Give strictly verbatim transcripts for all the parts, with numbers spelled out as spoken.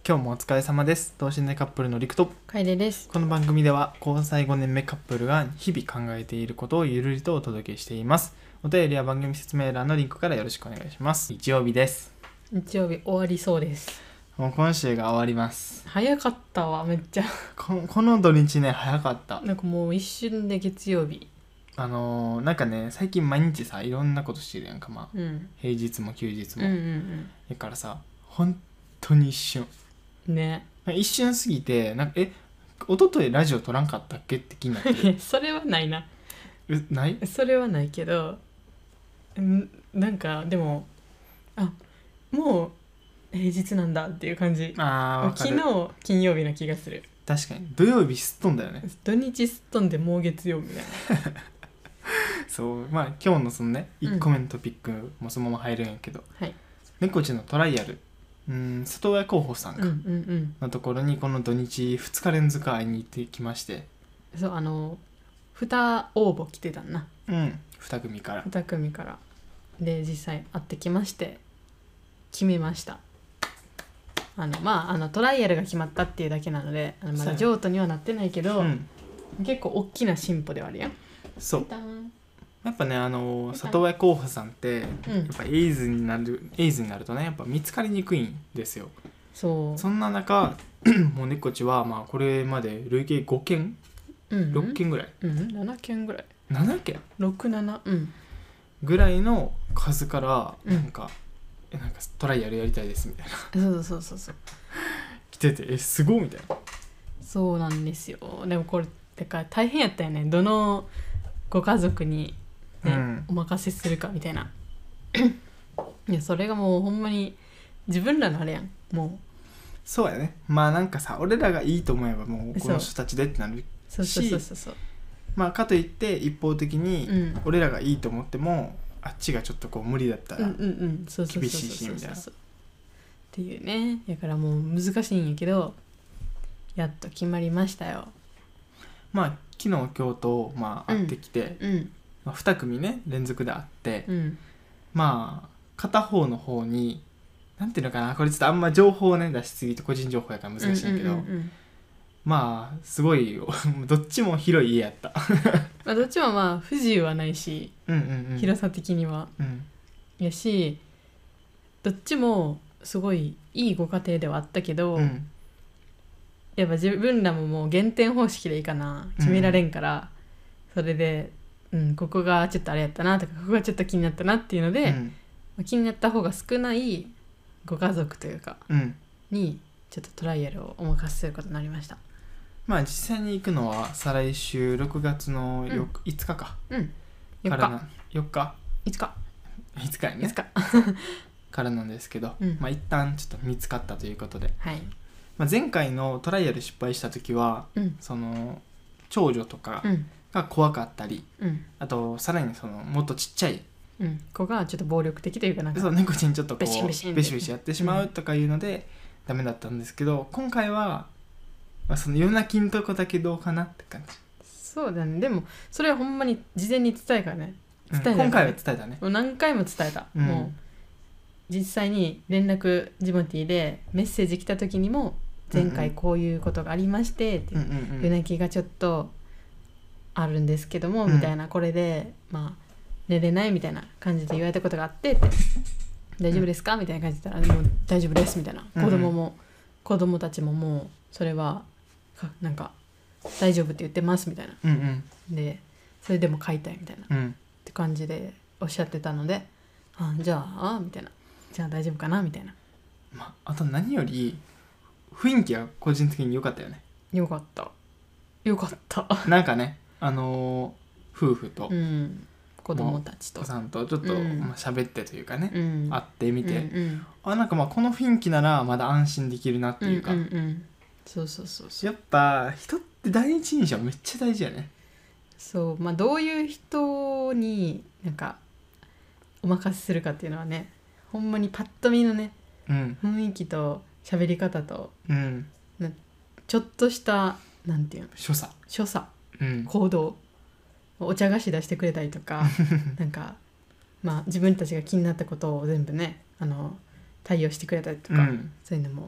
今日もお疲れ様です。同心でカップルのりくと楓です。 この番組では交際ごねんめカップルが日々考えていることをゆるりとお届けしています。お便りは番組説明欄のリンクからよろしくお願いします。日曜日です。 日曜日終わりそうです。 もう今週が終わります。 早かったわ、めっちゃこ, この土日ね早かった。 なんかもう一瞬で月曜日。 あのー、なんかね最近毎日さいろんなことしてるやんか。まあ、 うん、 平日も休日も、 うんうんだからさ本当に一瞬うんね一瞬過ぎてなんかえ一昨日ラジオ撮らんかったっけって気になってるそれはないな。 えないそれはないけどんなんかでもあもう平日なんだっていう感じ。 あーわかる。 昨日金曜日な気がする。 確かに土曜日すっとんだよね。 土日すっ飛んでもう月曜日みたいなそうまあ今日のそのねうんいっこめのトピックもそのまま入るんやけど、 はい猫ちのトライアルうん里親候補さんかうんうんうんのところにこの土日ふつか連続会いに行ってきまして、 そうあのに応募来てたんな。 うんに組からに組からで実際会ってきまして決めました。あのまああのトライアルが決まったっていうだけなのであのまだ譲渡にはなってないけど、 うん結構大きな進歩ではあるやん。 そうタンやっぱねあの里親候補さんってやうんっぱエイズになるエイズになるとねやっぱ見つかりにくいんですよ。 そうそんな中もう猫ちはまあこれまで累計ごけんうんろっけんぐらい、 うんななけんぐらいななけんろく、ななうんぐらいの数からうんなんか、えなんかトライアルやりたいですみたいなそうそうそうそう来ててえすごいみたいな。 そうなんですよ。でもこれだから大変やったよね。どのご家族に、ねうんお任せするかみたいな。いやそれがもうほんまに自分らのあれやん。もそうやね。まあなんかさ俺らがいいと思えばもうこの人たちでってなるうそうそうそうそうそうまあかといって一方的にうん俺らがいいと思ってもあっちがちょっとこう無理だったら、 うんうんうんそうそうそうそう厳しいしみたいなっていうね。だからもう難しいんやけどやっと決まりましたよ。 まあ昨日今日とまあ会ってきて、 うんまあ、に組ね連続で会って、 うんまあ片方の方になんていうのかなこれちょっとあんま情報をね出しすぎて個人情報やから難しいんやけど、 うんうんうんうんまあすごいどっちも広い家やったまあどっちもまあ不自由はないし、 うんうんうん広さ的にはうんやしどっちもすごいいいご家庭ではあったけど、 うんやっぱ自分らももう減点方式でいいかな決められんから、うん、それで、うん、ここがちょっとあれやったなとかここがちょっと気になったなっていうので、 うんまあ、気になった方が少ないご家族というかうんにちょっとトライアルをお任せすることになりました。 まあ実際に行くのは再来週ろくがつのよっか、 うん、 いつかかうんよっかからなよっかいつかいつかやねいつかからなんですけど、 うんまあ一旦ちょっと見つかったということで、 はいまあ、前回のトライアル失敗した時はうんその長女とかうんが怖かったり、 うんあとさらにそのもっとちっちゃいうんここがちょっと暴力的というかなんかそう猫ちゃんちょっとこうベシンベシンってベシベシやってしまうとかいうので、ダメだったんですけど今回は、まあ、その夜泣きんとこだけどうかなって感じ、 そうだね。でもそれはほんまに事前に伝えからねうん伝えたからね今回は伝えたね。 もう何回も伝えた、 うんもう実際に連絡ジモティーでメッセージ来た時にも前回こういうことがありましてって、 うんうんうん夜泣きがちょっとあるんですけども、 うんみたいなこれでまあ寝れないみたいな感じで言われたことがあってって大丈夫ですかみたいな感じで言ったらもう大丈夫ですみたいな、 うん子供も子供たちももうそれはかなんか大丈夫って言ってますみたいなうんでそれでも買いたいみたいなっうんうんて感じでおっしゃってたのであじゃあみたいなじゃあ大丈夫かなみたいなまあ、あと何より雰囲気が個人的に良かったよね。 よかったよかったなんかねあのー、夫婦とうん子供たちとお子さんとちょっと、 うんまあ、喋ってというかね、 うん会ってみて、 うんうんあなんかまあこの雰囲気ならまだ安心できるなっていうか、 うんうんうんそうそうそうそうやっぱ人って第一印象めっちゃ大事やね。 そうまあどういう人になんかお任せするかっていうのはねほんまにパッと見のねうん雰囲気と喋り方とうんちょっとしたなんていうの所作所作うん行動お茶菓子出してくれたりとかなんかまあ自分たちが気になったことを全部ねあの対応してくれたりとか、 うんそういうのも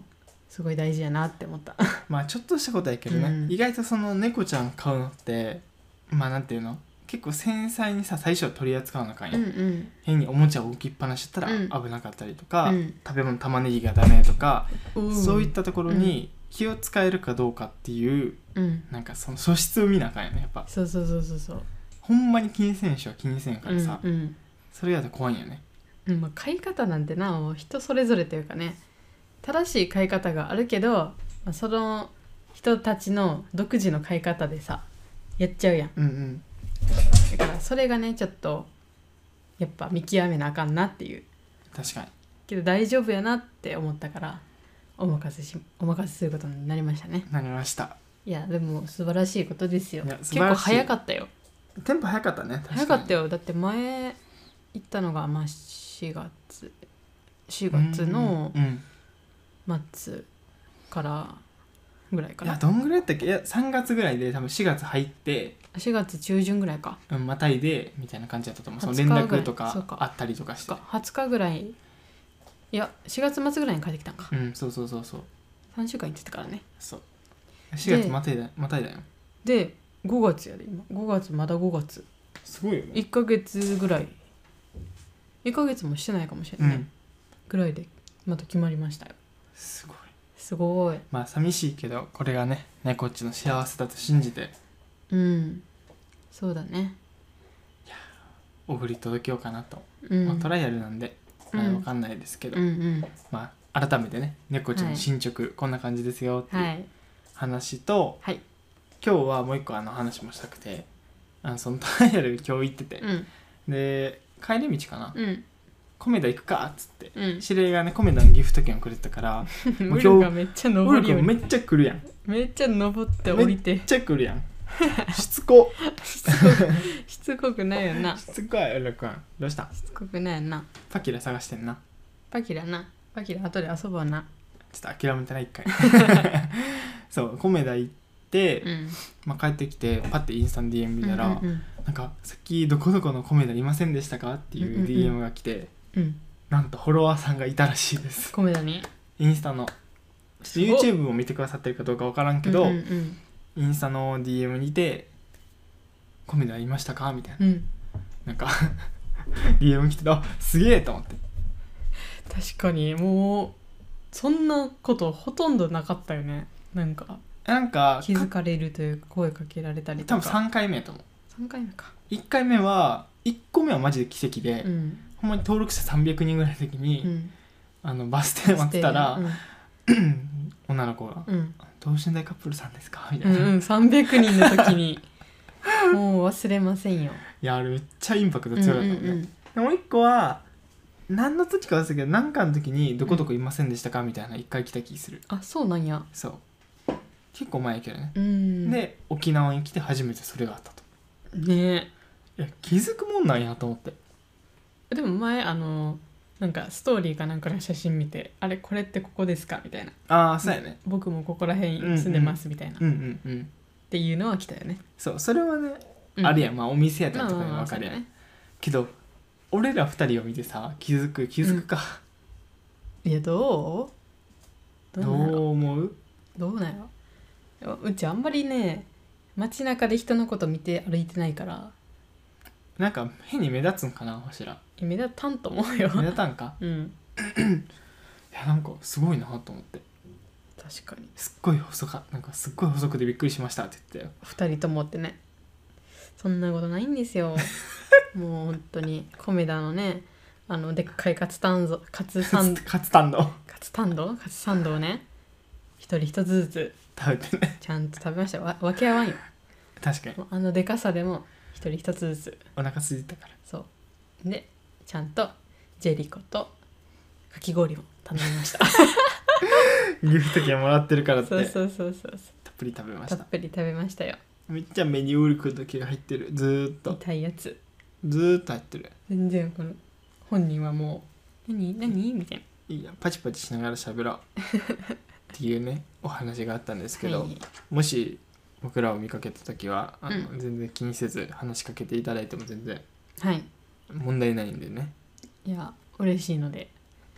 すごい大事やなって思った。 まあちょっとしたことやけどね、 うん意外とその猫ちゃん飼うのってまあなんていうの結構繊細にさ最初は取り扱わなあかんや、 うんん変におもちゃを置きっぱなしだったらうん危なかったりとか、 うん食べ物玉ねぎがダメとか、 うんそういったところに気を使えるかどうかっていううんなんかその素質を見なあかんよねやっぱ。 そうそうそうそうそうほんまに気にせん人は気にせんからさ、 うんうんそれやと怖いんよね。 うんまあ、飼い方なんてなもう人それぞれというかね正しい飼い方があるけど、まあ、その人たちの独自の飼い方でさやっちゃうやん。 うんうんだからそれがねちょっとやっぱ見極めなあかんなっていう確かに。 けど大丈夫やなって思ったからお任せしお任せすることになりましたね。 なりました。 いやでも素晴らしいことですよ。 いや素結構晴らしい早かったよ。 テンポ早かったね。確かに早かったよ。だって前行ったのがまあしがつしがつのうんうん末からぐらいかな。 いやどんぐらいやったっけ。いやさんがつぐらいで多分しがつ入ってしがつ中旬ぐらいか。 うんまたいでみたいな感じだったと思う。そのはつかぐらい連絡とそうかかあったりとかしてかはつかぐらいいやしがつ末ぐらいに帰ってきたんか。 うんそうそうそうそうさんしゅうかん行ってたからね。 そうしがつまたいだまたいだよ。 でごがつやで今ごがつまだごがつすごいよね。 いっかげつぐらいいっかげつもしてないかもしれない、 うんぐらいでまた決まりましたよ。 すごい。 すごい。 まあ寂しいけどこれがね猫っちの幸せだと信じてうんそうだね。 送り届けようかなと、 うん、 まあ、トライアルなんでまだうん分かんないですけど、 うんうんまあ改めてね猫ちゃんの進捗、こんな感じですよってはいいう話と、 はい今日はもう一個あの話もしたくてあのそのトライアル今日行ってて、 うんで帰り道かな、 うんコメダ行くかっつってうん指令がねコメダのギフト券をくれてたからムルがめっちゃウ登りよりル君めっちゃ来るやん。 めっちゃ登って降りてめっちゃ来るやんしつこしつこくしつこくないよな。 しつこいウル君どうした。 しつこくないよな。 パキラ探してんな。 パキラなパキラ後で遊ぼうな。 ちょっと諦めたら一回そうコメダ行って、 うんまあ、帰ってきてパッてインスタの ディーエム 見たら、 うんうんなんかさっきどこどこのコメダいませんでしたかっていううんうんうんディーエム が来て、 うんうんなんとフォロワーさんがいたらしいです。 コメダにインスタのすごっ YouTube も見てくださってるかどうか分からんけど、 うんうんインスタの ディーエム にてコメダいましたかみたいな、 うん、うんなんかディーエム 来てあすげえと思って。 確かにもうそんなことほとんどなかったよね。なんかなんか気づかれるというか声かけられたりとか。 多分さんかいめやと思う。 さんかいめか。 いっかいめはいっこめはマジで奇跡で、 うんほんまに登録者さんびゃくにんぐらいの時に、 うんあのバス停待ってたら、 うん女の子がうん 「等身大カップルさんですか?」みたいな、いうんうん、さんびゃくにんの時にもう忘れませんよ。 やあれめっちゃインパクト強かったもんね、 うんうんうんでもういっこは何の時か忘れたけど何かの時に「どこどこいませんでしたか?」みたいないっかい来た気する。 あそうなんや。 そう結構前やけどね、 うんで沖縄に来て初めてそれがあったと。 ねいや気づくもんなんやと思って。 えでも前あのなんかストーリーかなんかの写真見てあれこれってここですかみたいな。 ああそうやね。 僕もここら辺住んでますみたいな、っうんうんうんていうのは来たよね。 そうそれはね、 うんあるやん。まあお店やったまありとかまあまあそうで分かるやん、 だね。 けど俺らふたりを見てさ気づく気づくか、 いやどうどどうなんやろう思う。 どうなんやろうちあんまりね街中で人のこと見て歩いてないからなんか変に目立つんかなわしら。 目立たんと思うよ。 目立たんかうんいやなんかすごいなと思って。 確かにすっごい細かなんかすっごい細くてびっくりしましたって言ってふたりともってねそんなことないんですよもう本当にコメダのねあのでっかいカツタンドカツサンたよカツタンドカツタンドカツサンドをね一人一つずつ食べてね。 ちゃんと食べましたよ。わ分け合わんよ。 確かにもうあのでかさでも一人一つずつお腹空いてたから。 そうでちゃんとジェリコとかき氷も頼みましたギフト券もらってるからってそうそうそうそうたっぷり食べましたた。 っぷり食べましたよ。 めっちゃメニューウルクだけが入ってる。ずーっと痛いやつずーっと入ってる。 全然この本人はもう何何みたいいいやパチパチしながら喋ろうっていうねお話があったんですけど、 なはいもし僕らを見かけた時はあの、 う全然気にせず話しかけていただいても全然はい問題ないんでね。 いや嬉しいので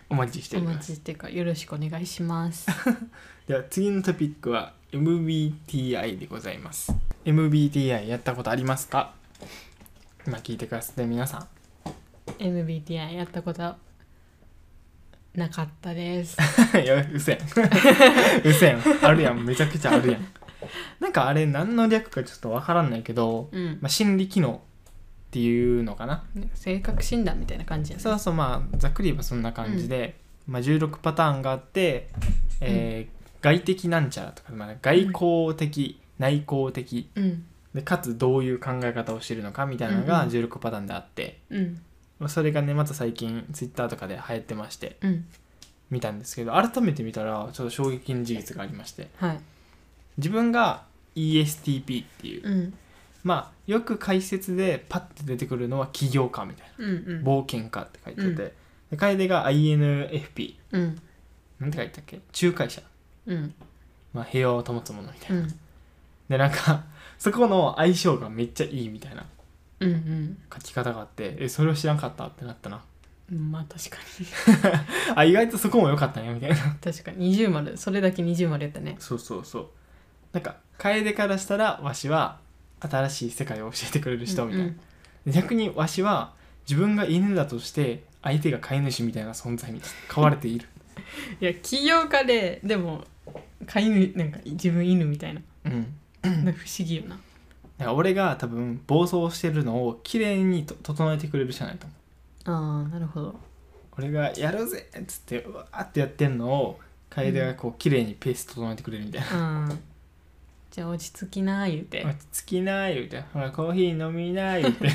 お待ちしておおります。 待ちっていうかよろしくお願いしますでは次のトピックは エムビーティーアイ でございます。 エムビーティーアイ やったことありますか？今聞いてくださって皆さんエムビーティーアイ やったことなかったですいや嘘やん嘘やん、あるやん、めちゃくちゃあるやん。なんかあれ何の略かちょっとわからんないけど、 うんまあ、心理機能っていうのかな。 なんか性格診断みたいな感じやね。 そうそう、まあざっくり言えばそんな感じで、まあ、じゅうろくパターンがあって、えー外的なんちゃらとか、まあ、外交的、内向的うんでかつどういう考え方をしてるのかみたいなのうんうんがじゅうろくパターンであって、 うんまあそれがねまた最近ツイッターとかで流行ってましてうん見たんですけど、改めて見たらちょっと衝撃の事実がありまして、 はい自分が イーエスティーピー っていう、 うんまあよく解説でパッて出てくるのは起業家みたいうんうんな、冒険家って書いてて、 うんで楓が アイエヌエフピうんー なんて書いてたっけ、仲介者、 うんまあ、平和を保つものみたいな、 うんでなんかそこの相性がめっちゃいいみたいなうんうん書き方があって、えそれを知らんかったってなったな。 まあ確かにあ意外とそこも良かったねみたいな確かに二重丸それだけ二重丸やったね。 そうそうそう、なんか楓からしたらわしは新しい世界を教えてくれる人みたいな、 うんで逆にわしは自分が犬だとして相手が飼い主みたいな存在に飼われているいや起業家ででも飼い主なんか自分犬みたいな、 うんなんか不思議よな。 だから俺が多分暴走してるのを綺麗にと整えてくれるじゃないと思う。 ああなるほど。 俺がやるぜっつってうわーってやってんのを楓がこう綺麗にペース整えてくれるみたいな、 うんじゃあ落ち着きな言うて。 落ち着きなー言うて、ほらコーヒー飲みなー言うて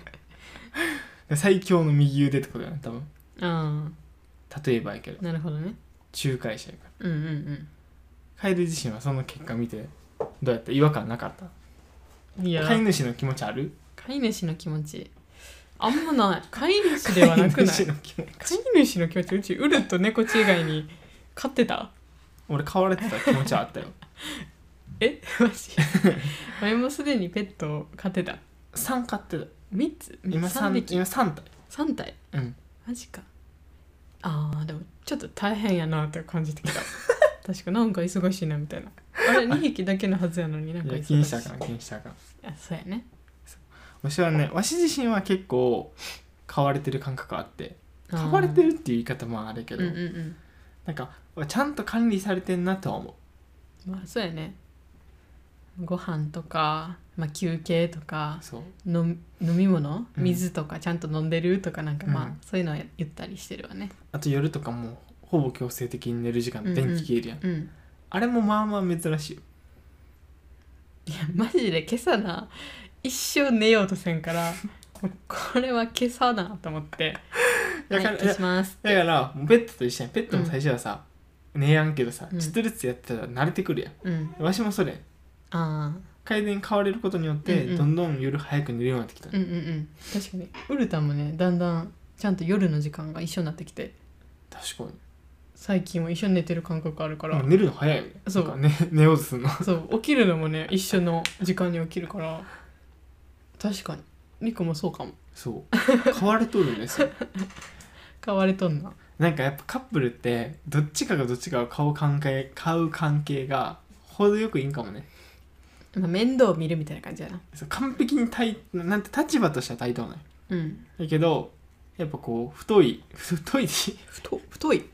最強の右腕ってことだよね多分。 あ例えばやけどあなるほどね。 仲介者やからうんうんうん楓自身はその結果見てどうやった？違和感なかった？ いや飼い主の気持ちある？ 飼い主の気持ちあんまない。飼い主ではなくない？ 飼い主の気持ち飼い主の気持ちうちウルと猫ち以外に飼ってた？ 俺飼われてた気持ちはあったよえマジ前もすでにペットを飼ってた。 さん飼ってた。 みっつ今さん 3, 匹今さん体。 さん体うんマジか。あーでもちょっと大変やなって感じてきた確かなんか忙しいなみたいな。あれにひきだけのはずやのになんかいや忙しい。 気にしたかな気にしたかな。 あそうやね。 わしはねわし自身は結構飼われてる感覚あって、 あー飼われてるっていう言い方もあるけど、 うんうんうんなんかちゃんと管理されてんなとは思う。 まあそうやね。ご飯とか、まあ、休憩とかそうの飲み物うん水とかちゃんと飲んでるとかなんかまあ、 うんそういうのは言ったりしてるわね。 あと夜とかもほぼ強制的に寝る時間うんうん電気消えるやん、 うんあれもまあまあ珍しいよ。 いやマジで今朝な一生寝ようとせんからもうこれは今朝だなと思ってだからはい消しますって。 だからもうペットと一緒にペットも最初はさ、寝やんけどさ、 うんちょっとずつやってたら慣れてくるやうんん。わしもそれあ改善変われることによって、 うんうんどんどん夜早く寝るようになってきた、 あうんうんうん確かにウルタンもねだんだんちゃんと夜の時間が一緒になってきて確かに最近は一緒に寝てる感覚あるからもう寝るの早いよね。 そうなんかね寝ようとするのそう起きるのもね一緒の時間に起きるから確かにリコもそうかも。 そう変われとるんですよ変われとんな。 なんかやっぱカップルってどっちかがどっちかを買う関係買う関係が程よくいいんかもね。 まあ、面倒を見るみたいな感じやな。 そう完璧に対なんて立場としては対等ないうんだけどやっぱこう太い太い太太い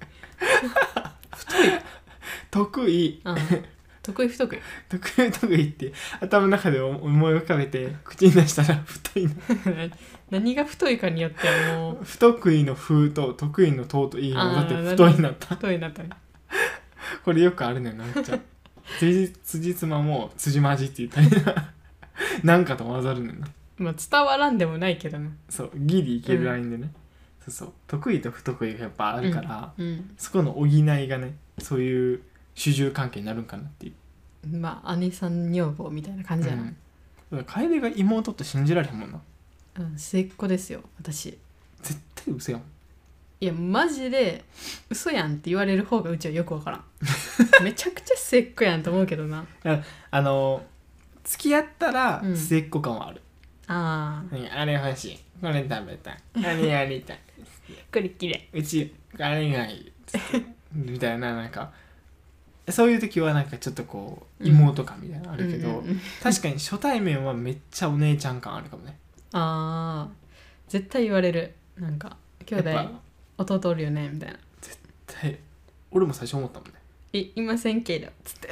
得意ああ得意不得意得意得意って頭の中で思い浮かべて口に出したら太いの何が太いかによってはもう不得意の風と得意のとうといいのだってあー太いになった太いなったね。 これよくあるねんなめっちゃ辻辻褄も辻まじって言ったりななんかと混ざるねんな。 まあ伝わらんでもないけどな。 そうギリいけるラインでね、そうそう得意と不得意がやっぱあるから、 うんそこの補いがねそういう主従関係になるんかなっていうまあ姉さん女房みたいな感じやな。 うんだから楓が妹って信じられへんもんな。 うん、末っ子ですよ私。 絶対嘘やん。 いやマジで嘘やんって言われる方がうちはよくわからんめちゃくちゃ末っ子やんと思うけどな。 あの付き合ったらうん末っ子感はある、 ああ何あれ欲しいこれ食べたい何やりたいこれきれうちあれがいいみたいな、なんかそういう時はなんかちょっとこう妹感みたいなのあるけど、 うんうんうん、 確かに初対面はめっちゃお姉ちゃん感あるかもね。 あー絶対言われる。なんか兄弟やっぱ弟おるよねみたいな。 絶対俺も最初思ったもんね。 いいませんけどつって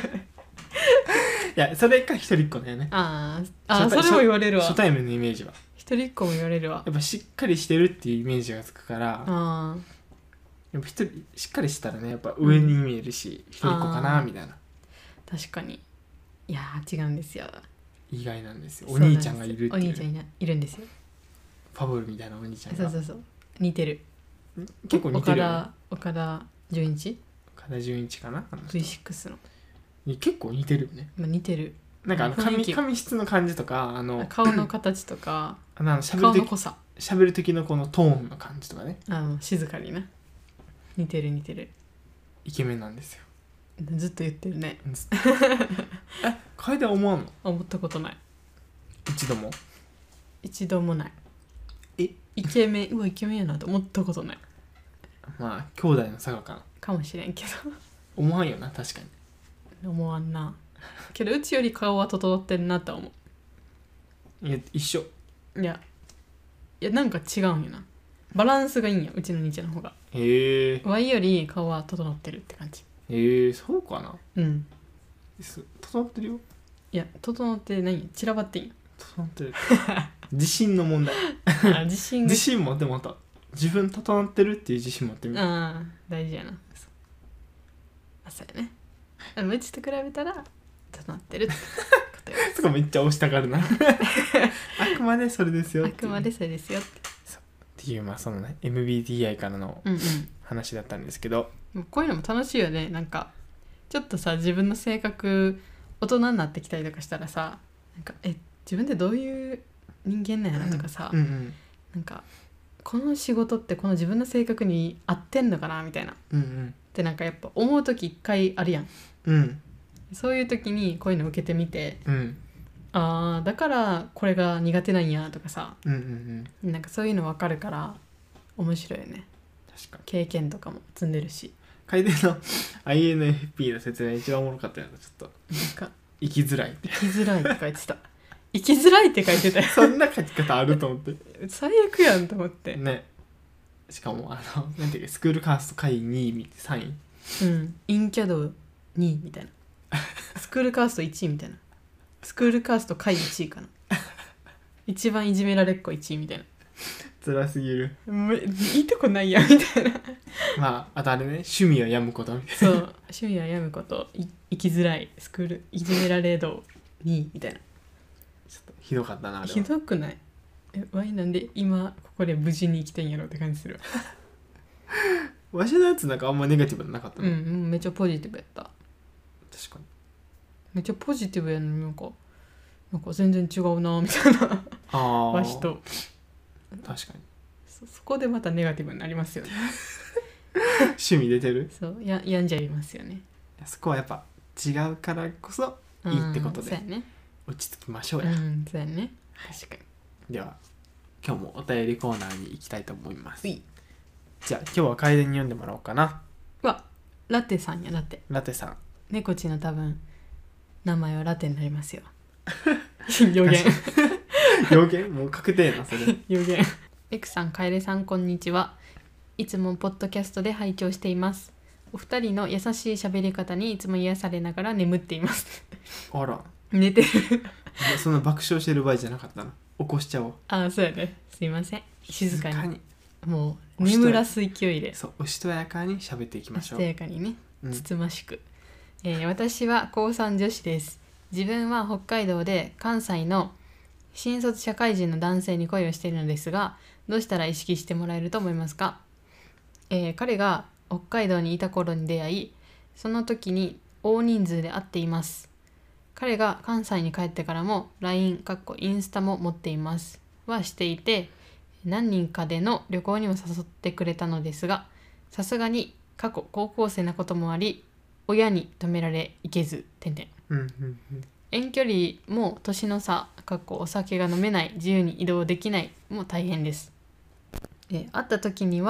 いやそれか一人っ子だよね。 あーあー初対それも言われるわ。 初対面のイメージは一人っ子も言われるわ。 やっぱしっかりしてるっていうイメージがつくから、 あやっぱ一人しっかりしてたらねやっぱ上に見えるし、うん、一人っ子かなみたいな。 確かに。いやー違うんですよ。 意外なんですよ。お兄ちゃんがいるっていう、ね、 お兄ちゃんいるんですよ。 ファブルみたいなお兄ちゃんが。 そうそうそう似てる。 結構似てるよ、ね、 岡田岡田准一岡田准一かなブイシックス の結構似てるよね。 まあ似てる。 なんかあの髪髪質の感じとかあの顔の形とかあのしゃべ顔る時の濃さしゃべる時のこのトーンの感じとかね、 あの静かにな似てる似てる。 イケメンなんですよ。 ずっと言ってるね。 え楓は思わんの？ 思ったことない。 一度も一度もない。 えイケメンうわイケメンやなと思ったことない。 まあ兄弟の差がかなかもしれんけど思わんよな。確かに思わんな。けどうちより顔は整ってんなとは思いや一緒。 う。いやいやなんか違うんよな。バランスがいいんやうちの兄ちゃんの方が。 へえワイより顔は整ってるって感じ。 へえそうかな。 うんす整ってるよ。 いや整ってないんや散らばってんや整ってる自信の問題あ自信が自信持ってもっと自分整ってるっていう自信持ってみる。 ああ大事やな。あそうやね。あのうちと比べたら整ってるってことよそこめっちゃ押したがるなあくまでそれですよあっていうくまでそれですよってっていうまあそのね エムビーティーアイ からのうんうん話だったんですけど、 もうこういうのも楽しいよね。なんかちょっとさ自分の性格大人になってきたりとかしたらさなんかえ自分ってどういう人間なんやなとかさ、 うんうんなんかこの仕事ってこの自分の性格に合ってんのかなみたいなっうんてなんかやっぱ思う時一回あるやん。 うんそういう時にこういうの受けてみてうんあーだからこれが苦手なんやとかさうんうんうんなんかそういうの分かるから面白いよね。 確かに経験とかも積んでるし楓の アイエヌエフピー の説明一番おもろかったよな。ちょっとなんか生きづらいって生きづらいって書いてた生きづらいって書いてたよそんな書き方あると思って最悪やんと思って、 ね。しかもあのなんていうかスクールカースト会にい見てさんいうんインキャドにいみたいなスクールカーストいちいみたいなスクールカースト会いちいかな一番いじめられっ子いちいみたいな辛すぎる。 めいいとこないやみたいなまああとあれね趣味をやむことみたいそう趣味はやむことい生きづらいスクールいじめられ度にいみたいなな。ちょっとひどかったなあれは。 ひどくない？えワイなんで今ここで無事に生きてんやろって感じする。 わしのやつなんかあんまネガティブなかったの、 うん、うん、めっちゃポジティブやった。 確かに。 めっちゃポジティブやのになんかなんか全然違うなみたいなああわしと確かにそ, そこでまたネガティブになりますよね趣味出てる。 そうや病んじゃいますよね。 そこはやっぱ違うからこそいいってことでうんそうやね。 落ち着きましょううや、 んそうやね確かに。 では今日もお便りコーナーに行きたいと思いますういじゃあ今日は楓に読んでもらおうかな。 うわラテさんやラテラテさん猫ちの多分名前はラテになりますよ予言予言もう確定なそれ予言エクさん、カエレさん、こんにちは。いつもポッドキャストで拝聴しています。お二人の優しい喋り方にいつも癒されながら眠っていますあら寝てるそんな爆笑してる場合じゃなかったな。起こしちゃおう。 ああそうやねすいません静かに静かにもう眠らす勢いでそうおしとやかに喋っていきましょう。 しとやかにねうんつつましく、えー私は高さん女子です。自分は北海道で関西の新卒社会人の男性に恋をしているのですが、どうしたら意識してもらえると思いますか？えー彼が北海道にいた頃に出会い、その時に大人数で会っています。彼が関西に帰ってからも ライン、インスタも持っていますはしていて、何人かでの旅行にも誘ってくれたのですが、さすがに過去高校生なこともあり、親に止められ行けず、てんてんうんうんうん遠距離も年の差、お酒が飲めない、自由に移動できないも大変です。え会った時には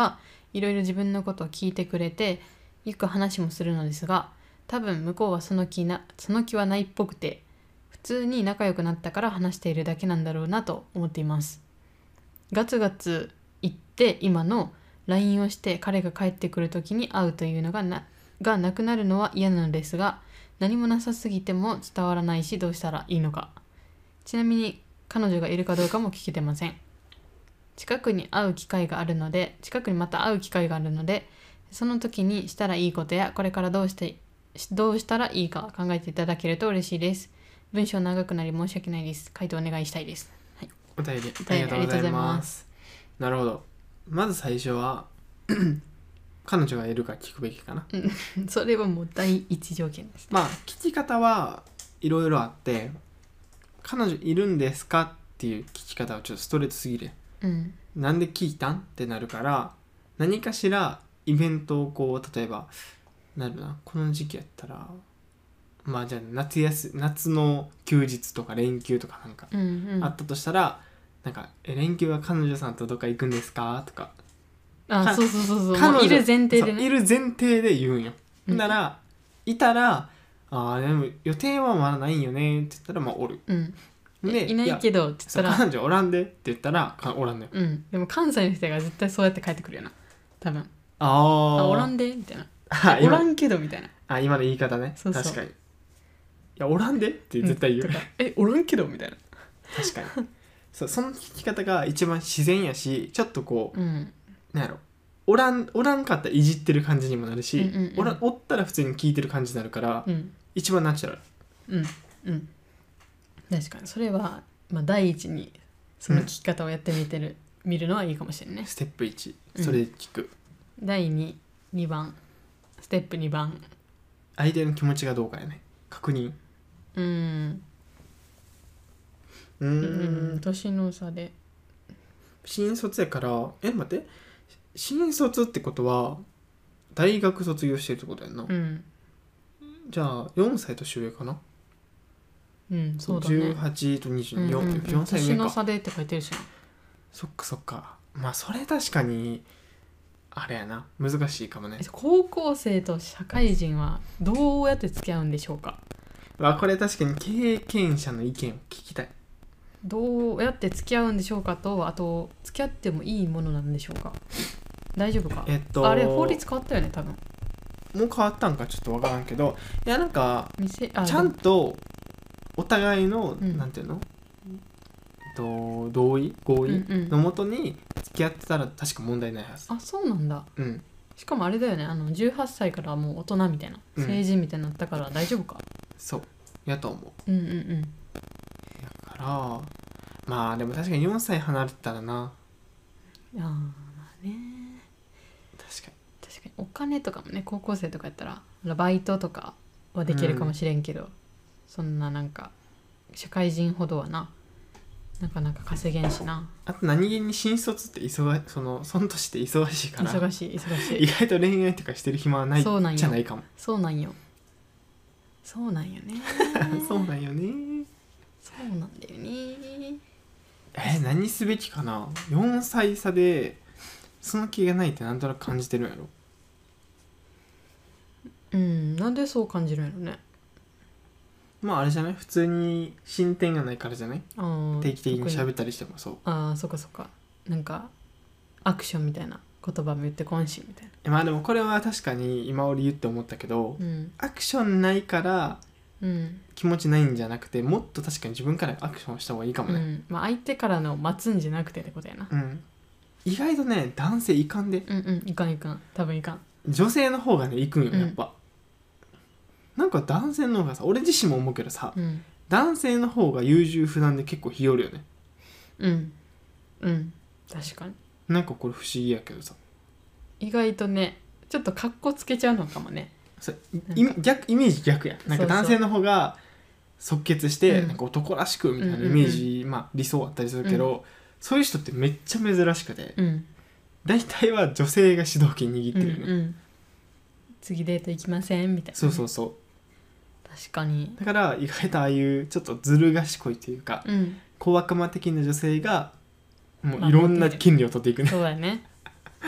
いろいろ自分のことを聞いてくれてよく話もするのですが、多分向こうはその気なその気はないっぽくて、普通に仲良くなったから話しているだけなんだろうなと思っています。ガツガツ言って今の ライン をして彼が帰ってくる時に会うというのが な, がなくなるのは嫌なのですが、何もなさすぎても伝わらないし、どうしたらいいのか。ちなみに彼女がいるかどうかも聞けてません。近くに会う機会があるので近くにまた会う機会があるのでその時にしたらいいことやこれからどうしてどうしたらいいか考えていただけると嬉しいです。文章長くなり申し訳ないです。回答お願いしたいです。はい、 お便りありがとうございます。なるほど。まず最初は彼女がいるか聞くべきかな。 それはもう第一条件です。 まあ聞き方はいろいろあって、彼女いるんですかっていう聞き方はちょっとストレートすぎる。 うん、 なんで聞いたんってなるから、何かしらイベントをこう例えばなるな、この時期やったらまあじゃあ夏休夏の休日とか連休とかなんかあったとしたら、うんうん、なんかえ連休は彼女さんとどっか行くんですかとか、 あそうそうそうそう、彼女いる前提でね、 いる前提で言うんよ。うん、ならいたらあでも予定はまだないんよねって言ったらまあおる。 うん、でいないけどって言ったら彼女おらんでって言ったらおらんね、 うん、でも関西の人が絶対そうやって帰ってくるよな多分。 ああおらんでみたいなおらんけどみたいな。 あ今の言い方ね。そうそう確かに。いやおらんでって絶対言う、うん、 えおらんけどみたいな。 確かにそ, その聞き方が一番自然やし、ちょっとこう、うん、なんやろおらんおらんかったらいじってる感じにもなるし、うんうんうん、お, らおったら普通に聞いてる感じになるから、うん、一番ナチュラル。 うんうん確かにそれは、まあ、第一にその聞き方をやってみてる、うん、見るのはいいかもしれないね。 ステップいちそれで聞く、 うん、だいににばんステップにばん相手の気持ちがどうかやね、確認。 うんうーん年の差で新卒やから、え待って新卒ってことは大学卒業してるってことやんな、うん、じゃあよんさい年上かな。 うんそうだね、 じゅうはちとにじゅうよん、うんうんうん、よんさい上か。 年の差でって書いてるしな。 そっかそっか、まあそれ確かにあれやな、難しいかもね。 高校生と社会人はどうやって付き合うんでしょうか。 あこれ確かに経験者の意見を聞きたい。 どうやって付き合うんでしょうかと、あと付き合ってもいいものなんでしょうか。大丈夫か、えっと、あれ法律変わったよね多分。 もう変わったんかちょっと分からんけど、いやなんか店ちゃんとお互いの、うん、なんていうの、と同意合意のもとに付き合ってたら確か問題ないはず。 あそうなんだ、 うん、 しかもあれだよね、あのじゅうはっさいからもう大人みたいな、うん、成人みたいになったから大丈夫か。 そうやと思う。うんうんうんだからまあでも確かによんさい離れてたらな。 あまあね、 確かに確かにお金とかもね、高校生とかやったらバイトとかはできるかもしれんけど、うん、そんななんか社会人ほどはななかなか稼げんしな。 あと何気に新卒って忙そのその年って忙しいから、 忙しい忙しい意外と恋愛とかしてる暇はないじゃないかも。 そうなんよそうなんよねそうなんよねそうなんだよね。 え何すべきかな。よんさい差でその気がないってなんとなく感じてるんやろ。 うんなんでそう感じるんやろね。 まああれじゃない、普通に進展がないからじゃない。 あ定期的に喋ったりしてもそう。 ああそっかそっか、なんかアクションみたいな言葉も言ってこんしみたいな。 まあでもこれは確かに今俺言って思ったけど、うん、アクションないから気持ちないんじゃなくて、もっと確かに自分からアクションした方がいいかもね、 うんまあ、相手からの待つんじゃなくてってことやな、 うん、意外とね男性いかんで。 うんうんいかんいかん多分いかん。 女性の方がね行くんよやっぱ、うん、なんか男性の方がさ、俺自身も思うけどさ、うん、男性の方が優柔不断で結構日和るよね。 うんうん確かに。 なんかこれ不思議やけどさ、 意外とねちょっとカッコつけちゃうのかもね。 そイ逆イメージ逆やん。なんか男性の方が即決してなんか男らしくみたいなイメージ、うんうんうん、まあ理想あったりするけど、うん、そういう人ってめっちゃ珍しくて、うん、大体は女性が主導権握ってるよね、うんうん、 次デート行きませんみたいな、ね、 そうそうそう。 確かに。 だから意外とああいうちょっとずる賢いというか、うん、小悪魔的な女性がもういろんな権利を取っていくね、 まあ、そうだね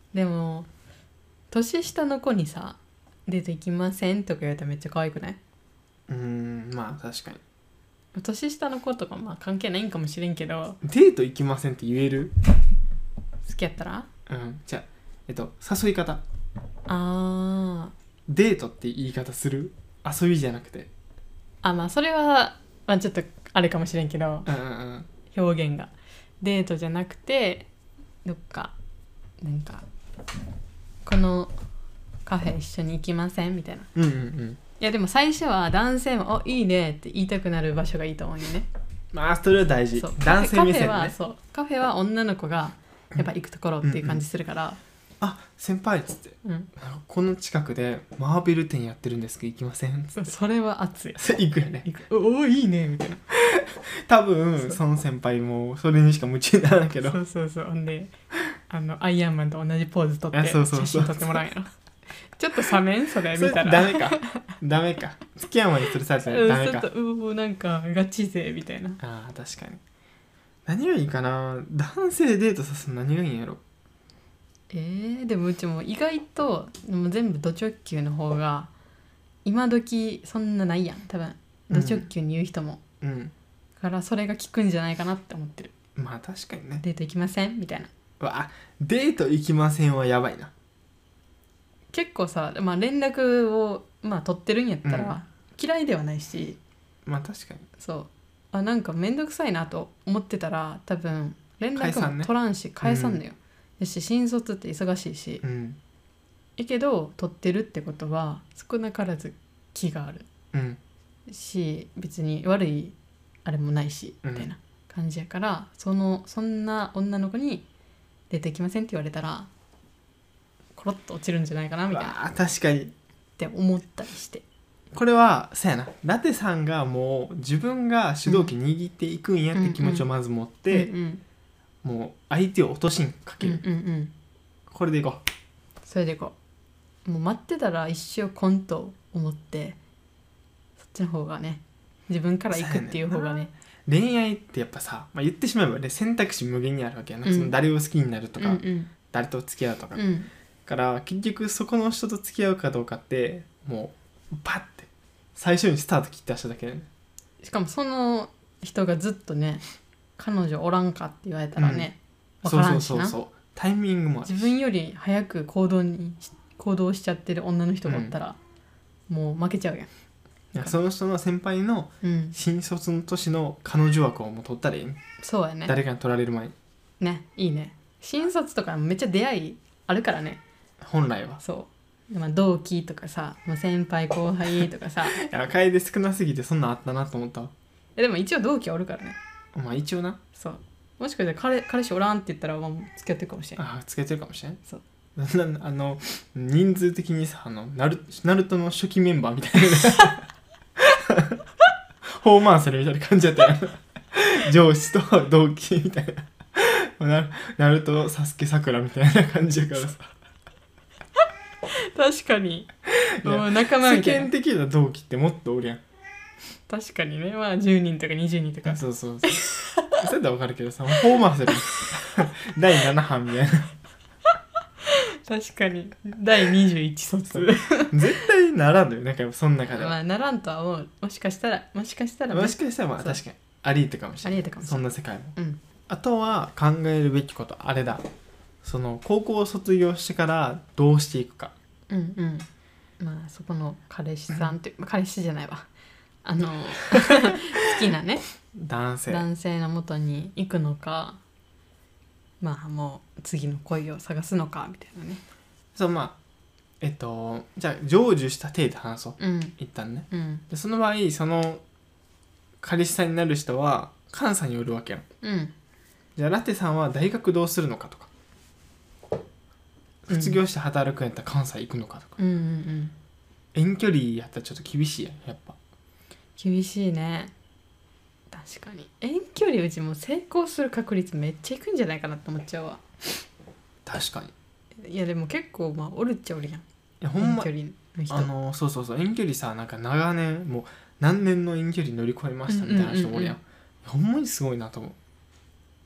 でも年下の子にさデート行きませんとか言われたらめっちゃ可愛くない？ うーんまあ確かに年下の子とかまあ関係ないんかもしれんけど、 デート行きませんって言える？ 好きやったらうんじゃあえっと誘い方あデートって言い方する？遊びじゃなくて。 あまあそれは、まあ、ちょっとあれかもしれんけどうんうんうん表現がデートじゃなくてどっかなんかこのカフェ一緒に行きませんみたいな。 うんうんうんいやでも最初は男性も「おいいね」って言いたくなる場所がいいと思うよね。 まあそれは大事そう男性目線カフェはね。 そうカフェは女の子がやっぱ行くところっていう感じするから、 あ先輩っつってうんこの近くでマーベル店やってるんですけど行きませんっつってそうそれは熱い。 行くよね。 行くおおいいねみたいな。 多分そうその先輩もそれにしか夢中にならないけどそうそうそうほんであのアイアンマンと同じポーズ撮ってあそうそうそう写真撮ってもらうやろ。ちょっと冷めんそれそれ見たら。 ダメかダメか付き合う前にそれされたうんらダメか。 ちょっとうおなんかガチ勢みたいな。 あー確かに何がいいかな。男性デートさすの何がいいんやろ。 えー、でもうちも意外ともう全部ド直球の方が今時そんなないやん多分ド直球に言う人も、 うんだからそれが効くんじゃないかなって思ってる。 まあ確かにね。 デート行きませんみたいな。 うわデート行きませんはやばいな。 結構さ、まあ、連絡を、まあ、取ってるんやったら、 うん嫌いではないしまあ確かにそうあなんか面倒くさいなと思ってたら多分連絡解散ねも取らんし返さんのよ、やし新卒って忙しいし、 うんやけど取ってるってことは少なからず気があるうんし別に悪いあれもないしうんみたいな感じやから、そのそんな女の子にデート行きませんって言われたらコロッと落ちるんじゃないかなみたいなっわあ確かにて思ったりして。 これはそうやな。ラテさんがもう自分が主導権握っていくんやって気持ちをまず持って、 うんうんもう相手を落としにかける、 うんうんうんこれでいこそれでいこう。もう待ってたら一生コンと思ってそっちの方がね自分から行くっていう方がね。 う。恋愛ってやっぱさ、まあ、言ってしまえば、ね、選択肢無限にあるわけやな、 うんその誰を好きになるとか、 うんうん誰と付き合うとか、 うんから結局そこの人と付き合うかどうかってもうバッて最初にスタート切ってしただけだね。 しかもその人がずっとね彼女おらんかって言われたらね、わそうそからしな。 うんそうそうタイミングもあるし自分より早く行動に行動しちゃってる女の人がおったら、もう負けちゃうやん。 いやその人の先輩のうん新卒の年の彼女枠をもう取ったらいいね、 そうやね。 誰かに取られる前に。 ねいいね。新卒とかめっちゃ出会いあるからね。 本来はそうで、まあ、同期とかさ、まあ、先輩後輩とかさいや楓少なすぎてそんなんあったなと思ったわ。 えでも一応同期はおるからね。 まあ一応なそうもしかしたら彼彼氏おらんって言ったら、まあ、付き合ってるかもしれん。 あつけてるかもしれん。 そうなあの人数的にさあのナルナルトの初期メンバーみたいなホーマンセルみたいな感じだったよ上司と同期みたいななナルトサスケさくらみたいな感じやからさ確かにいやもう仲間世みたいな。 間的な同期ってもっとおるやん。 確かにねまあじゅうにんとかにじゅうにんとか。 そうそうそうそれでわかるけどさホーマンセルだいなな版みたいな確かにだいにじゅういち卒絶対ならんのよなんかその中では、 まあならんとは思う。もしかしたらもしかしたらもしかしたらまあそう確かにありえたかもしあれないりえたかもしれない。 そんな世界も。 うんあとは考えるべきことあれだその高校を卒業してからどうしていくか。 うんうんまあそこの彼氏さんって、まあ、彼氏じゃないわあの好きなね男性男性の元に行くのかまあもう次の恋を探すのかみたいなね。 そうまあえっとじゃあ成就した体で話そううん一旦ね。 うんでその場合その彼氏さんになる人は関西におるわけやん。 うんじゃあラテさんは大学どうするのかとかうん卒業して働くんやったら関西行くのかとか、 うんうんうん遠距離やったらちょっと厳しいやんやっぱ。 厳しいね。確かに遠距離うちも成功する確率めっちゃいくんじゃないかなって思っちゃうわ。 確かに。 いやでも結構まあおるっちゃおるやんいやほんま遠距離の人。 あのそうそうそう遠距離さなんか長年もう何年の遠距離乗り越えましたみたいな人もおるやん、 うんほんまにすごいなと思う。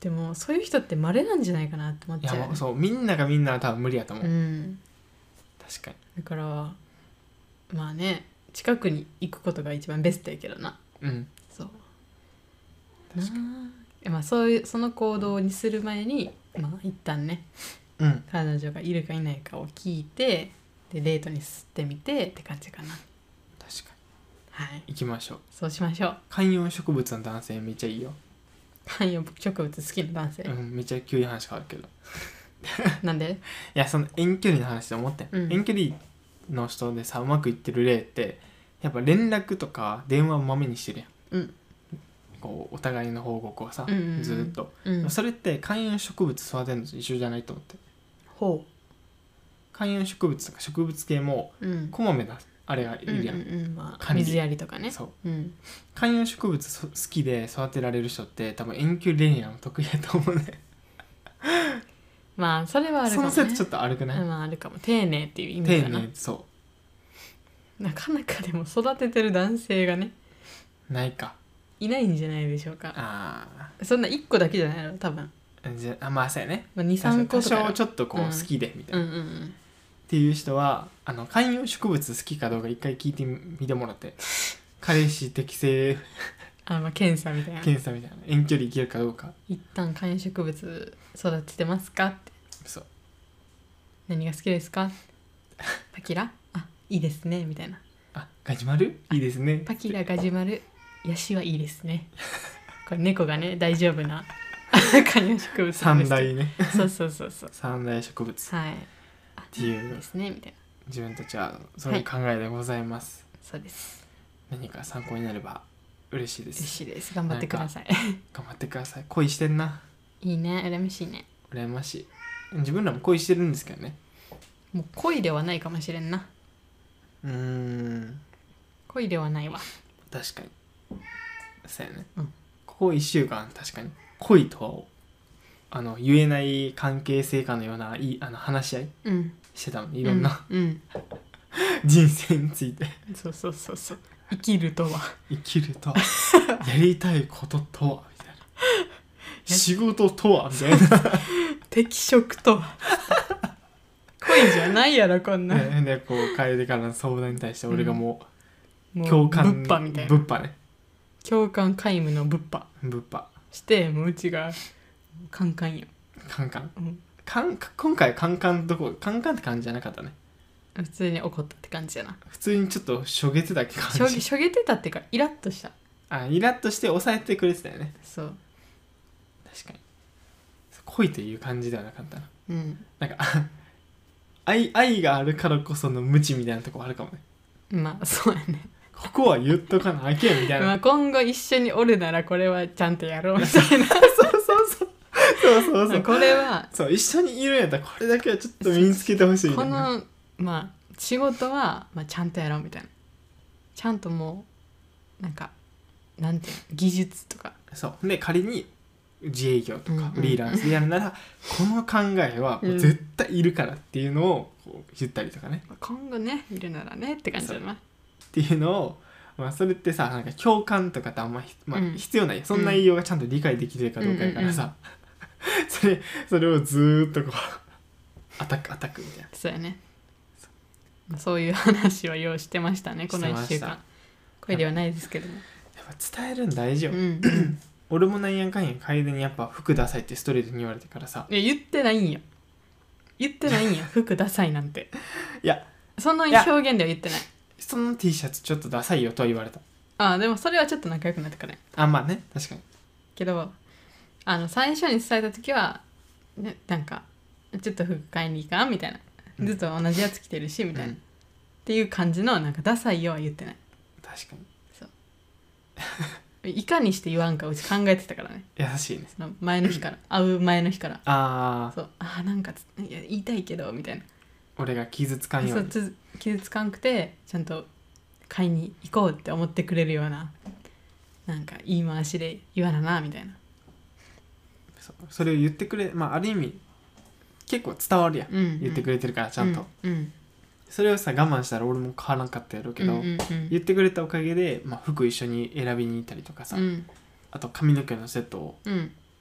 でもそういう人って稀なんじゃないかなって思っいやちゃうよね。 そうみんながみんなは多分無理やと思う、 うん確かに。 だからまあね近くに行くことが一番ベストやけどな。 うんそう確かに。 な、まあ、そういうその行動にする前にまあ一旦ねうん彼女がいるかいないかを聞いてでデートに吸ってみてって感じかな。 確かはいに。行きましょう。 そうしましょう。 観葉植物の男性めっちゃいいよ。 観葉植物好きな男性、 うんめっちゃ急に話変わるけど、いなんでやその遠距離の話で思ってん、 うん遠距離の人でさうまくいってる例ってやっぱ連絡とか電話をまめにしてるやん、 うんこうお互いの報告をさ、 うんうんうんずーっと、 うんそれって観葉植物育てるのと一緒じゃないと思って。 ほ観葉植物とか植物系もううんこまめなあれがいるやん、 うんうんうんまあ、 管理水やりとかね。 そううん観葉植物そ好きで育てられる人って多分遠距離恋愛も得意やと思うね。 まあそれはあるかそもね。 の説ちょっとあるくない、 まああるかも。丁寧っていう意味丁かな。 寧そなかなかでも育ててる男性がねうないか。 いないんじゃないでしょうか。 あそんないっこだけじゃないの多分、 あじゃあまあそうやね。 まあ、にさんこ多とかやろ少ちょっとこううん好きでみたいな、 うんうんうんっていう人はあの観葉植物好きかどうか一回聞いてみてもらって彼氏適正あまあ検査みたいな。 検査みたいな遠距離いけるかどうか。 一旦観葉植物育ててますかって。 そう何が好きですかパキラあいいですねみたいな。 あガジュマルいいですね。 パキラガジュマルヤシはいいですね。これ猫がね大丈夫な観葉植物なんです三大ねそうそうそうそう三大植物っはいあていういいですねみたいな。 自分たちはそういう考えでございます、 そうです。 何か参考になれば嬉しいです。 嬉しいです。頑張ってください。 頑張ってください。恋してんな。 いいね羨ましいね。 羨ましい。自分らも恋してるんですけどね。 もう恋ではないかもしれんな。 うーん恋ではないわ。 確かにそうやね、 うんここいっしゅうかん確かに恋とはあの言えない関係性かのようないいあの話し合いうんしてたのいろんな、 うん、うん人生についてそうそうそうそう生きるとは生きるとはやりたいこととはみたいな仕事とはみたいな適職とは恋じゃないやろこんな、 ねでこう楓からの相談に対して俺がももうう共感物販みたいな物販ね共感皆無の物販物販してもううちがカンカンよ、 カンカンうん、 カン今回カンカンどこカンカンって感じじゃなかったね。 普通に怒ったって感じやな。 普通にちょっとしょげてたっけしょげ感じ。 しょげてたっていうかイラッとした。 あイラッとして抑えてくれてたよね。 そう確かに恋という感じではなかったな。 うんなんか愛愛があるからこその無知みたいなとこあるかもね。 まあそうやね。 ここは言っとかなあけみたいな、 まあ今後一緒におるならこれはちゃんとやろうみたいなそうそうそうそうそうそうこれはそう一緒にいるんやったらこれだけはちょっと身につけてほしいみたこいな。 のまあ仕事は、まあ、ちゃんとやろうみたいな。ちゃんともうなんかなんていうの技術とかそうで仮に自営業とうんうんかフリーランスでやるなら、この考えはもう絶対いるからっていうのをこう言ったりとかね、 今後ねいるならねって感じだな。 っていうのを、まあ、それってさなんか共感とかってあんまひ、まあうん必要ないそんな内容がちゃんと理解できてるかどうかやからさ、それそれをずーっとこうアタックアタックみたいな。 そうやね。まあそういう話を用意してましたねこのいっしゅうかん。声ではないですけども。 やっぱ伝えるん大事よ、 うんうん俺もなんやかんや楓にやっぱ服ダサいってストレートに言われてからさ、 いや言ってないんよ。言ってないんよ服ダサいなんて。 いやその表現では言ってない。 その T シャツちょっとダサいよとは言われた。 ああでもそれはちょっと仲良くなってからね。 あまあね確かに。 けどあの最初に伝えた時は、ね、なんかちょっと服買いに行かんみたいな、 うんずっと同じやつ着てるしみたいな、 うんっていう感じのなんかダサいよは言ってない。 確かにいかにして言わんかうち考えてたからね。 優しいね。 その前の日から会う前の日からああそうあーなんかついや言いたいけどみたいな。 俺が傷つかんよに。 そううつ傷つかんくてちゃんと買いに行こうって思ってくれるようななんか言い回しで言わななみたいな。 そうそれを言ってくれまあある意味結構伝わるやん、 うんうん、 言ってくれてるからちゃんと、 うんうんそれをさ我慢したら俺も変わらんかったやろうけど、 うんうんうん言ってくれたおかげで、まあ、服一緒に選びに行ったりとかさ、 うんあと髪の毛のセットをうん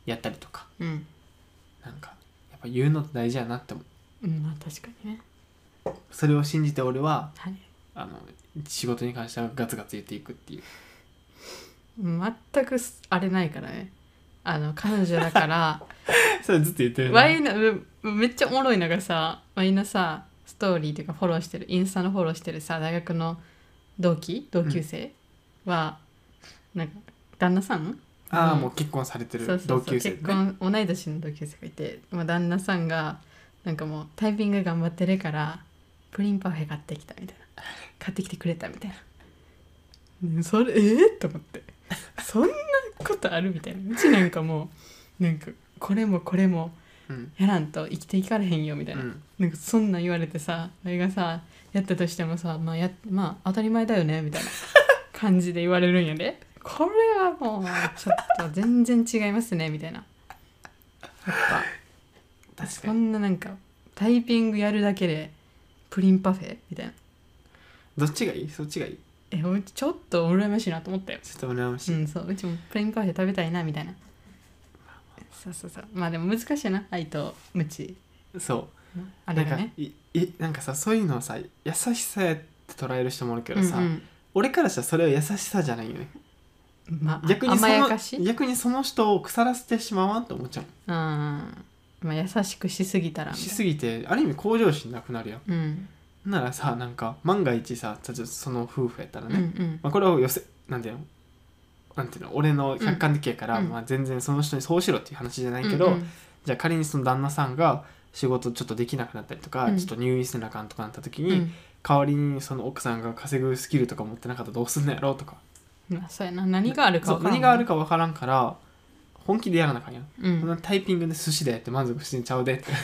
やったりとか、 うんなんかやっぱ言うのって大事やなって思う。 うんまあ確かにね。 それを信じて俺ははいあの仕事に関してはガツガツ言っていくっていう。 全くあれないからね。あの彼女だからそれずっと言ってるワイのめっちゃおもろいのがさ、ワイのさストーリーというかフォローしてるインスタのフォローしてるさ大学の同期同級生は、うん、なんか旦那さんああ、 うん、 もう結婚されてるそうそうそう同級生で、ね、 結婚同い年の同級生がいて、まあ、旦那さんがなんかもうタイピング頑張ってるからプリンパフェ買ってきたみたいな、買ってきてくれたみたいな、ね、それえー、と思ってそんなことあるみたいな。うちなんかもうなんかこれもこれもうんやらんと生きていかれへんよみたいな、 うん、 なんかそんなん言われてさ、あれがさやったとしてもさ、まあ、やまあ当たり前だよねみたいな感じで言われるんやで、これはもうちょっと全然違いますねみたいな。やっぱ確かにそんななんかタイピングやるだけでプリンパフェみたいな。 どっちがいい？そっちがいい？ えうちちょっと羨ましいなと思ったよ。 ちょっと羨ましい、 うん、そううちもプリンパフェ食べたいなみたいな。そうそうそう、まあでも難しいな愛と無知そうあれがね。 なんかいいなんかさそういうのをさ優しさやって捉える人もいるけどさ、 うんうん、俺俺からしたらそれは優しさじゃないよね。 まあ、 逆にその甘やかし、 逆にその人を腐らせてしまわんと思っちゃう。 うん、まあ、優しくしすぎたらみたいな。 しすぎてある意味向上心なくなるやん。 うんならさなんか万が一さその夫婦やったらね、 うんうんまあ、これを寄せなんていうのなんていうの俺の客観的やから、 うんまあ、全然その人にそうしろっていう話じゃないけど、 うんうんじゃあ仮にその旦那さんが仕事ちょっとできなくなったりとか、 うんちょっと入院せなあかんとかなった時に、 うん代わりにその奥さんが稼ぐスキルとか持ってなかったらどうすんのやろうとか、 まあ、そうやな、何があるかそう分からん何があるか分からんから本気でやらなあかんやん、 うんこんなタイピングで寿司でやって満足してんちゃうでって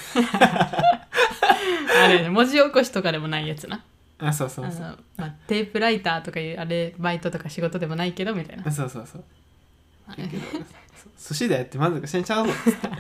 あれね、文字起こしとかでもないやつな。 あそうそうあの、 そうまあ、テープライターとかいうあれバイトとか仕事でもないけどみたいな。 そうそうそうはいだけど寿司でやって満足してんちゃうぞ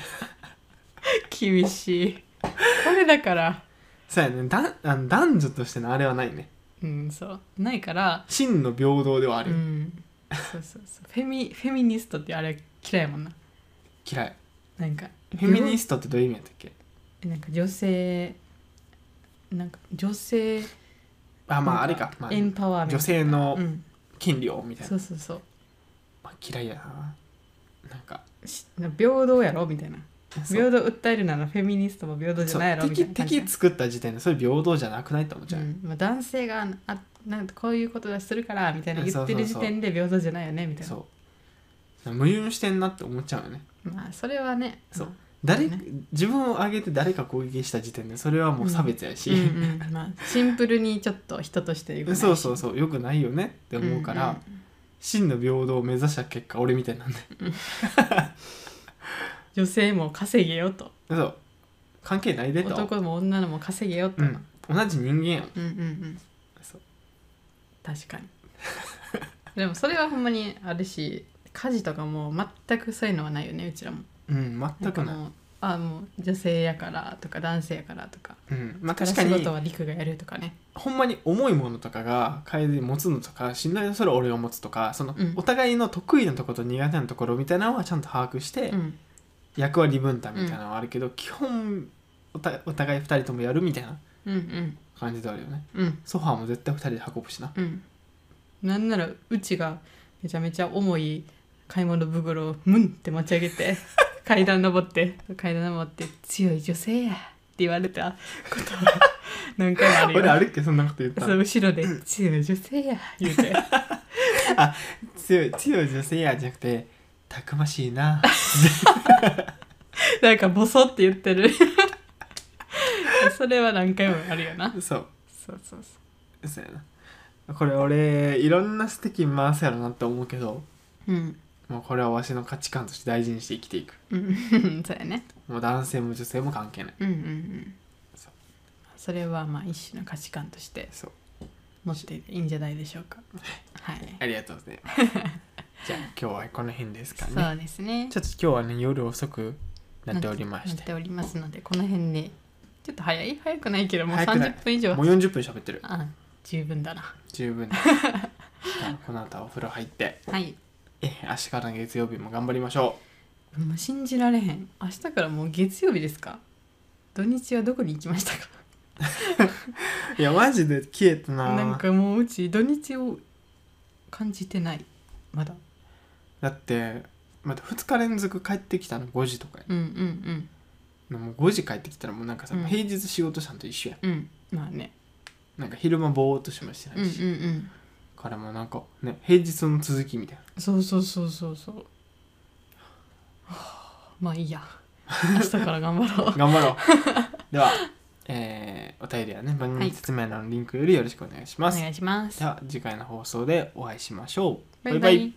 厳しい。これだからそうやねだあの男女としてのあれはないね。 うんそうないから真の平等ではある、 うんそうそうそうフェミフェミニストってあれ嫌いやもんな。 嫌い。 なんかフェミニストってどういう意味やったっけ？ なんか女性なんか女性あまああれなんか、まあ、 エンパワーメント女性のうん権利をみたいな、 そうそうそうまあ、嫌いやな。なんかし平等やろみたいな。 そう平等訴えるならフェミニストも平等じゃないやろそうみたいな感じ敵敵作った時点でそれ平等じゃなくないと思っちゃう、 うんまあ、男性があなんかこういうことするからみたいな言ってる時点で平等じゃないよねみたいな。 そう矛盾してんなって思っちゃうよね。 まあそれはねそうまあ誰、 ね自分を挙げて誰か攻撃した時点でそれはもう差別やし、 うんうんまあ、シンプルにちょっと人としてよくないしそうそうそうよくないよねって思うから、 んん真の平等を目指した結果俺みたいなんで女性も稼げよとそう関係ないでと、 男も女のも稼げよと、 う、 うん同じ人間やん。 うんうんうんそう確かにでもそれはほんまにあるし家事とかも全くそういうのはないよねうちらも。 うん全くない。 んかもうあもう女性やからとか男性やからとかうんまあから確かに仕事は陸がやるとかね。 ほんまに重いものとかが楓に持つのとかしんどいのそれ俺が持つとかその、 うんお互いの得意なところと苦手なところみたいなのはちゃんと把握して、 うん役割分担みたいなのはあるけど、基本おたお互いふたりともやるみたいなうんうん感じであるよね。 うんソファーも絶対ふたりで運ぶしな。 うんなんならうちがめちゃめちゃ重い買い物袋をムンって持ち上げて階段登って階段登って強い女性やって言われたことは何回もあるよ。 俺あるっけそんなこと言ったの。 そう後ろで強い女性や言うて強い強い女性やじゃなくてたくましいななんかボソって言ってるそれは何回もあるよな。 そうそうそうそそうやな。これ俺いろんな素敵に回すやろなって思うけど、 ううんもうこれはわしの価値観として大事にして生きていく。 うんそうやね。 もう男性も女性も関係ない。 うんうんうんそうそれはまあ一種の価値観としてそう持っていいんじゃないでしょうか。はいありがとうございますじゃあ今日はこの辺ですかね。 そうですね。 ちょっと今日はね夜遅くなっておりましなってておりますのでこの辺でちょっと早い早くないけどもう早くないさんじゅっぷん以上もうよんじゅっぷん喋ってる。 あ十分だな。 十分ですじゃあこの後はお風呂入ってはいえ明日からの月曜日も頑張りましょもう信じられへん。明日からもう月曜日ですか？土日はどこに行きましたか？ いやマジで消えたな。 なんかもううち土日を感じてないまだ。 だってまたふつか連続帰ってきたのごじとかや、 うんうんもうごじ帰ってきたらもうなんかさ、 うん平日仕事したのと一緒やん。 うんうんまあね。 なんか昼間ぼーっとしもしてなうんうんいし、 うんからもうなんかね平日の続きみたいな。 そうそうそうそうそう。はあまあいいや。明日から頑張ろう。 頑張ろう。では、えーお便りはね番組説明欄のリンクよりよろしくお願いします。 お願いします。 では次回の放送でお会いしましょう。 バイバイ。